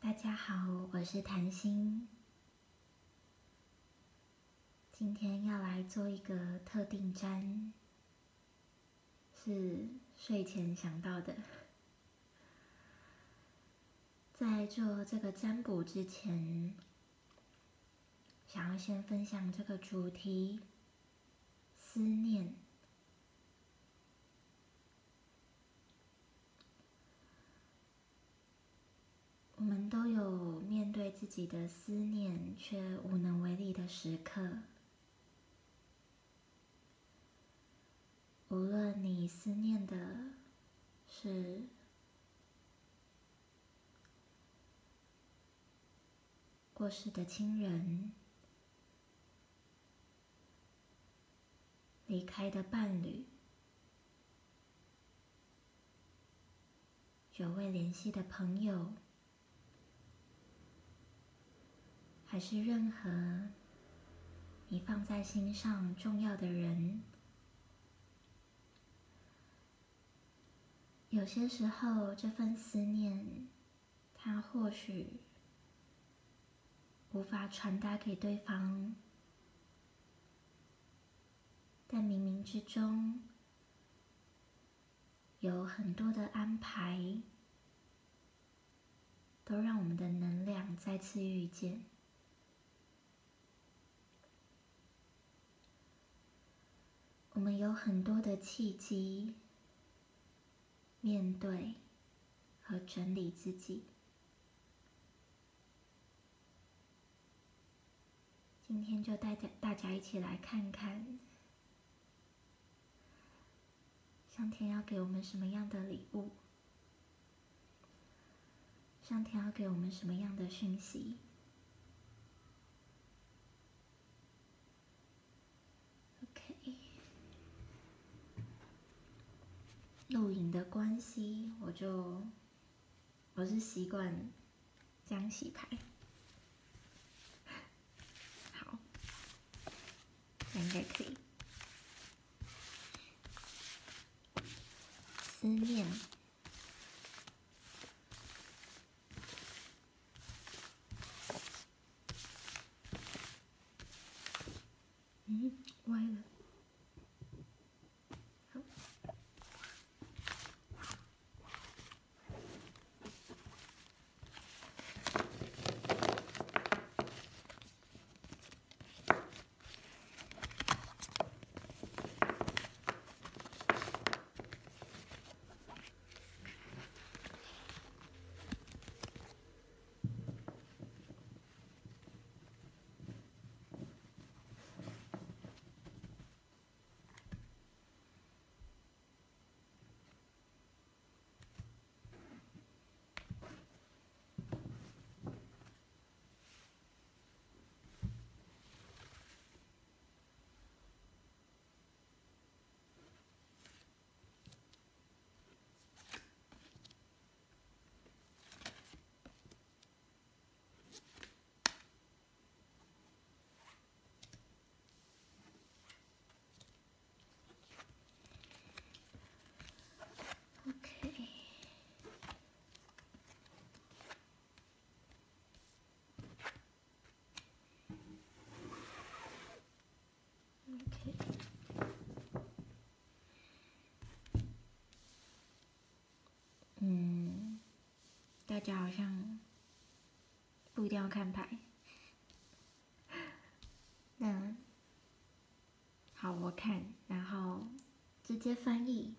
大家好，我是谭心。今天要来做一个特定占，是睡前想到的。在做这个占卜之前，想要先分享这个主题：思念。我们都有面对自己的思念却无能为力的时刻。无论你思念的是过世的亲人、离开的伴侣、久未联系的朋友，还是任何你放在心上重要的人，有些时候这份思念，它或许无法传达给对方，但冥冥之中有很多的安排，都让我们的能量再次遇见。我们有很多的契机，面对和整理自己。今天就带大家一起来看看，上天要给我们什么样的礼物，上天要给我们什么样的讯息。OK， 录影的关系，我是习惯这样洗牌。好，这样应该可以。思念。歪了。好。大家好像不一定要看牌。那好，我看，然后直接翻译。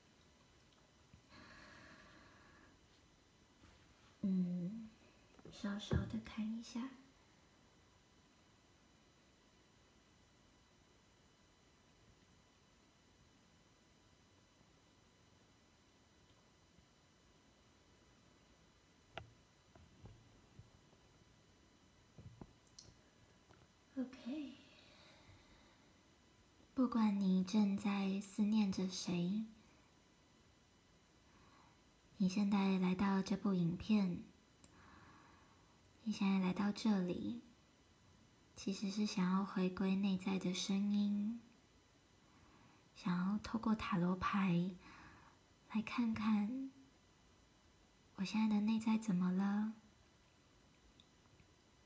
稍稍的看一下。OK， 不管你正在思念着谁，你现在来到这部影片，你现在来到这里，其实是想要回归内在的声音，想要透过塔罗牌来看看我现在的内在怎么了，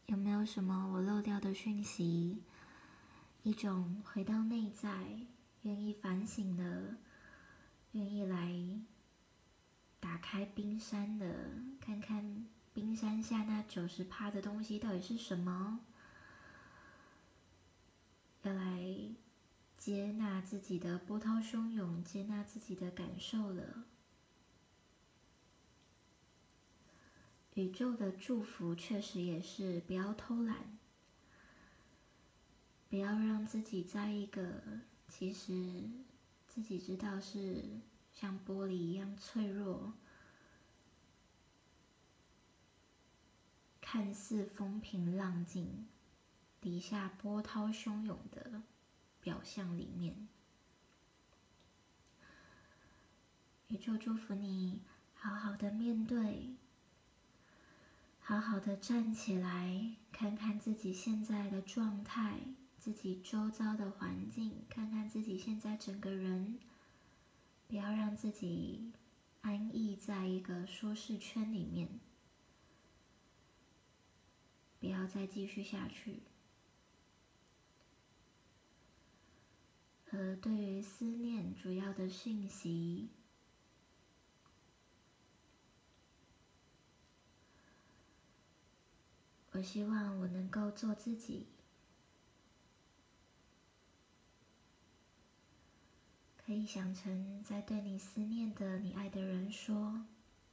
有没有什么我漏掉的讯息？一种回到内在，愿意反省的，愿意来打开冰山的，看看冰山下那90%的东西到底是什么？要来接纳自己的波涛汹涌，接纳自己的感受了。宇宙的祝福确实也是不要偷懒，不要让自己在一个其实自己知道是像玻璃一样脆弱，看似风平浪静，底下波涛汹涌的表象里面。宇宙祝福你好好的面对，好好的站起来，看看自己现在的状态，自己周遭的环境，看看自己现在整个人，不要让自己安逸在一个舒适圈里面，不要再继续下去。对于思念主要的讯息，我希望我能够做自己，可以想成在对你思念的你爱的人说，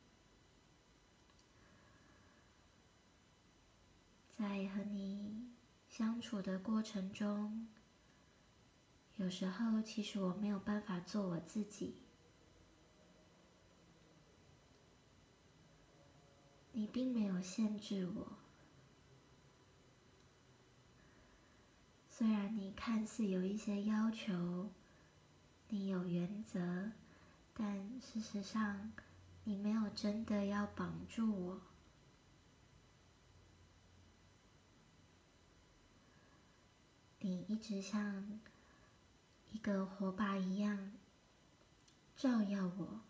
在和你相处的过程中，有时候其实我没有办法做我自己，你并没有限制我，虽然你看似有一些要求，你有原则，但事实上你没有真的要绑住我。你一直像一个火把一样照耀我，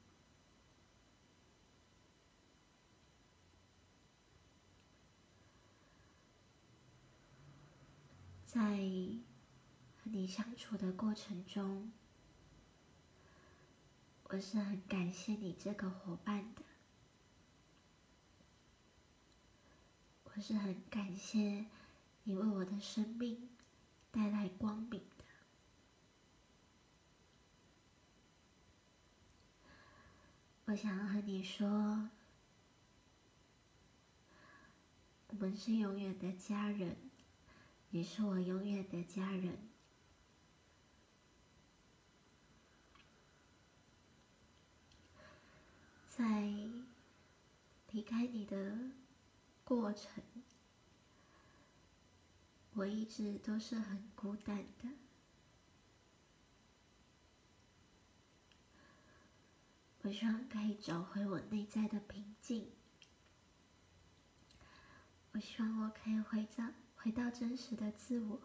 在和你相处的过程中，我是很感谢你这个伙伴的，我是很感谢你为我的生命带来光明的。我想要和你说，我们是永远的家人，你是我永远的家人。在离开你的过程，我一直都是很孤单的。我希望可以找回我内在的平静。我希望我可以回到真实的自我，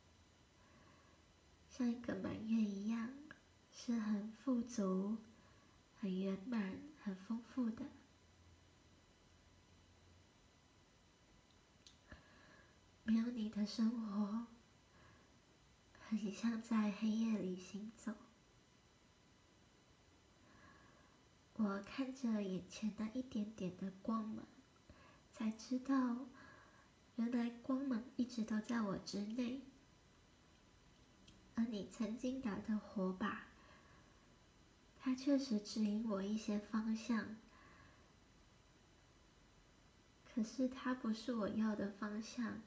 像一个满月一样，是很富足、很圆满、很丰富的。没有你的生活，很像在黑夜里行走。我看着眼前那一点点的光芒，才知道，原来光芒一直都在我之内。而你曾经拿的火把，它确实指引我一些方向，可是它不是我要的方向。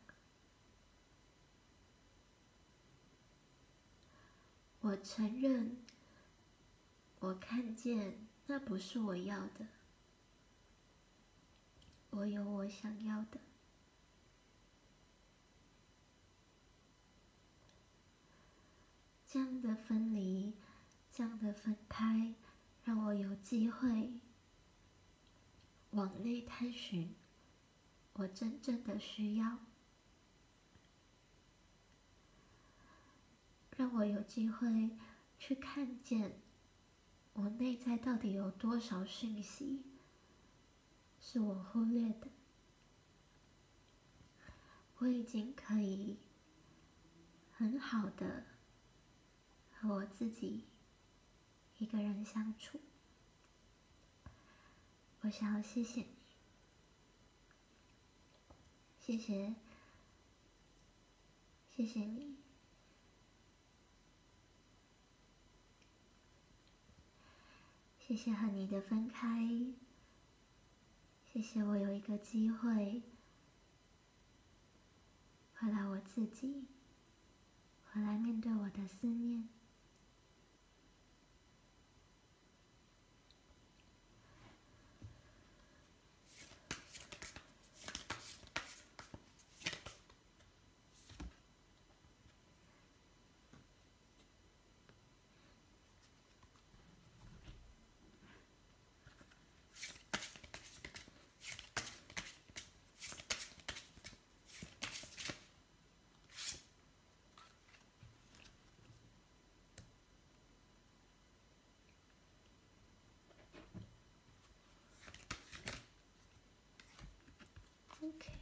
我承认，我看见那不是我要的，我有我想要的。这样的分离，这样的分开，让我有机会往内探寻我真正的需要，让我有机会去看见我内在到底有多少讯息是我忽略的。 我已经可以很好的和我自己一个人相处。我想要谢谢你，谢谢你，谢谢和你的分开，谢谢我有一个机会回来我自己，回来面对我的思念。OK。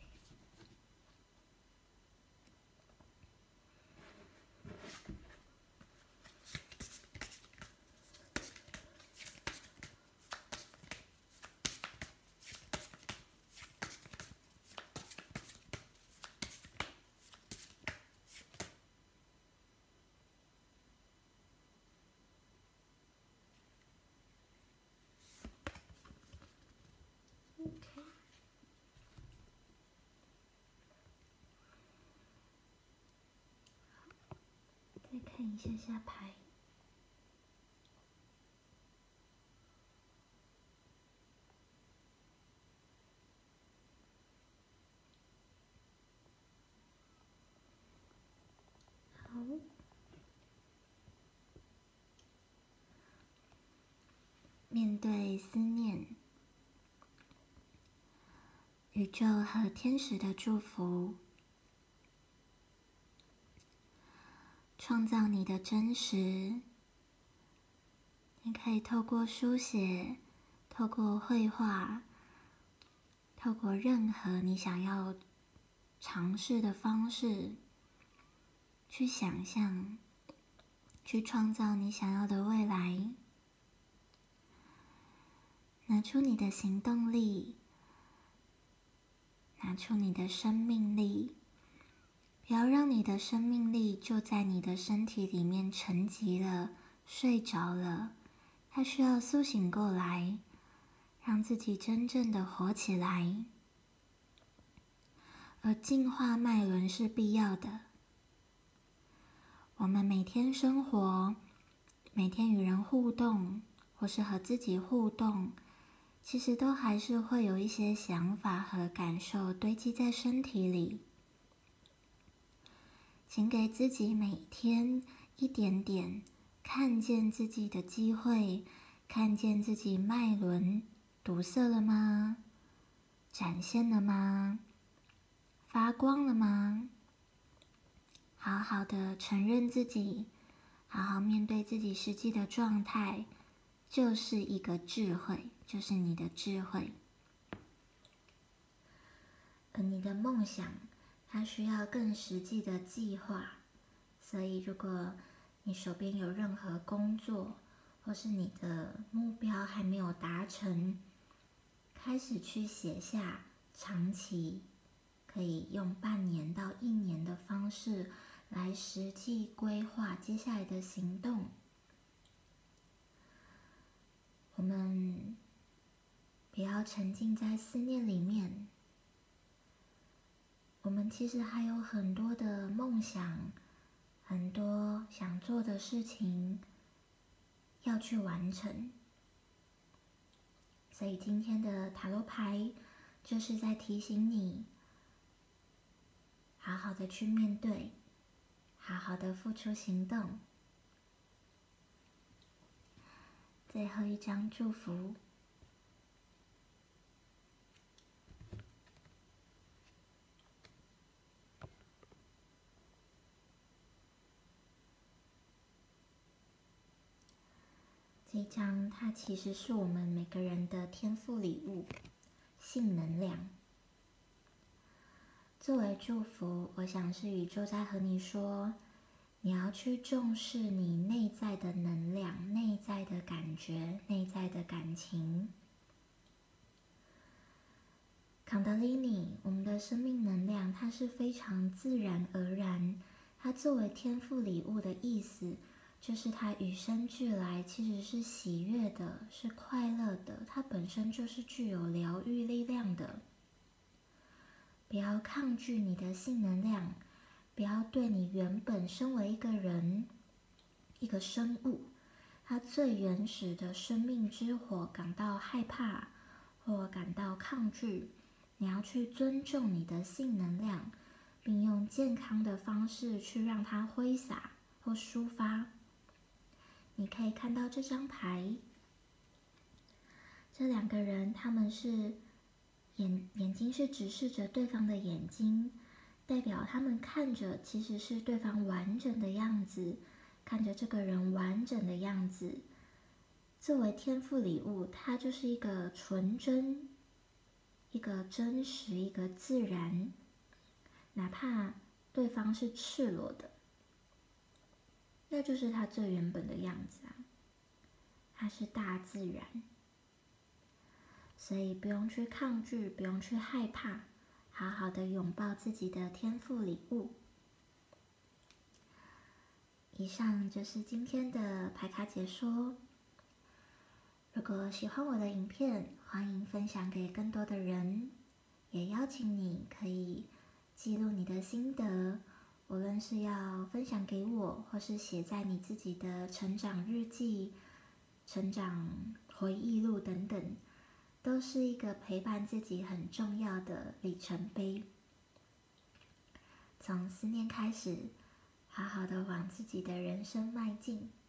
再看一下牌。好，面对思念，宇宙和天使的祝福，创造你的真实。你可以透过书写，透过绘画，透过任何你想要尝试的方式，去想象，去创造你想要的未来。拿出你的行动力，拿出你的生命力，不要让你的生命力就在你的身体里面沉寂了，睡着了。它需要苏醒过来，让自己真正的活起来。而净化脉轮是必要的。我们每天生活，每天与人互动，或是和自己互动，其实都还是会有一些想法和感受堆积在身体里。请给自己每天一点点看见自己的机会，看见自己脉轮堵塞了吗？展现了吗？发光了吗？好好的承认自己，好好面对自己实际的状态，就是一个智慧，就是你的智慧。而你的梦想，它需要更实际的计划。所以如果你手边有任何工作，或是你的目标还没有达成，开始去写下长期，可以用半年到1年的方式来实际规划接下来的行动。我们不要沉浸在思念里面，我们其实还有很多的梦想，很多想做的事情要去完成。所以今天的塔罗牌就是在提醒你，好好的去面对，好好的付出行动。最后一张祝福。这一张它其实是我们每个人的天赋礼物，性能量。 作为祝福，我想是宇宙在和你说，你要去重视你内在的能量、内在的感觉、内在的感情。康德里尼，我们的生命能量，它是非常自然而然。它作为天赋礼物的意思，就是它与生俱来，其实是喜悦的，是快乐的，它本身就是具有疗愈力量的。不要抗拒你的性能量，不要对你原本身为一个人、一个生物，它最原始的生命之火感到害怕或感到抗拒。你要去尊重你的性能量，并用健康的方式去让它挥洒或抒发。你可以看到这张牌，这两个人他们是眼睛是直视着对方的眼睛，代表他们看着其实是对方完整的样子，看着这个人完整的样子。作为天赋礼物，它就是一个纯真，一个真实，一个自然，哪怕对方是赤裸的，那就是他最原本的样子啊，它是大自然。所以不用去抗拒，不用去害怕，好好的拥抱自己的天赋礼物。以上就是今天的牌卡解说。如果喜欢我的影片，欢迎分享给更多的人，也邀请你可以记录你的心得，无论是要分享给我，或是写在你自己的成长日记、成长回忆录等等，都是一个陪伴自己很重要的里程碑。从思念开始，好好的往自己的人生迈进。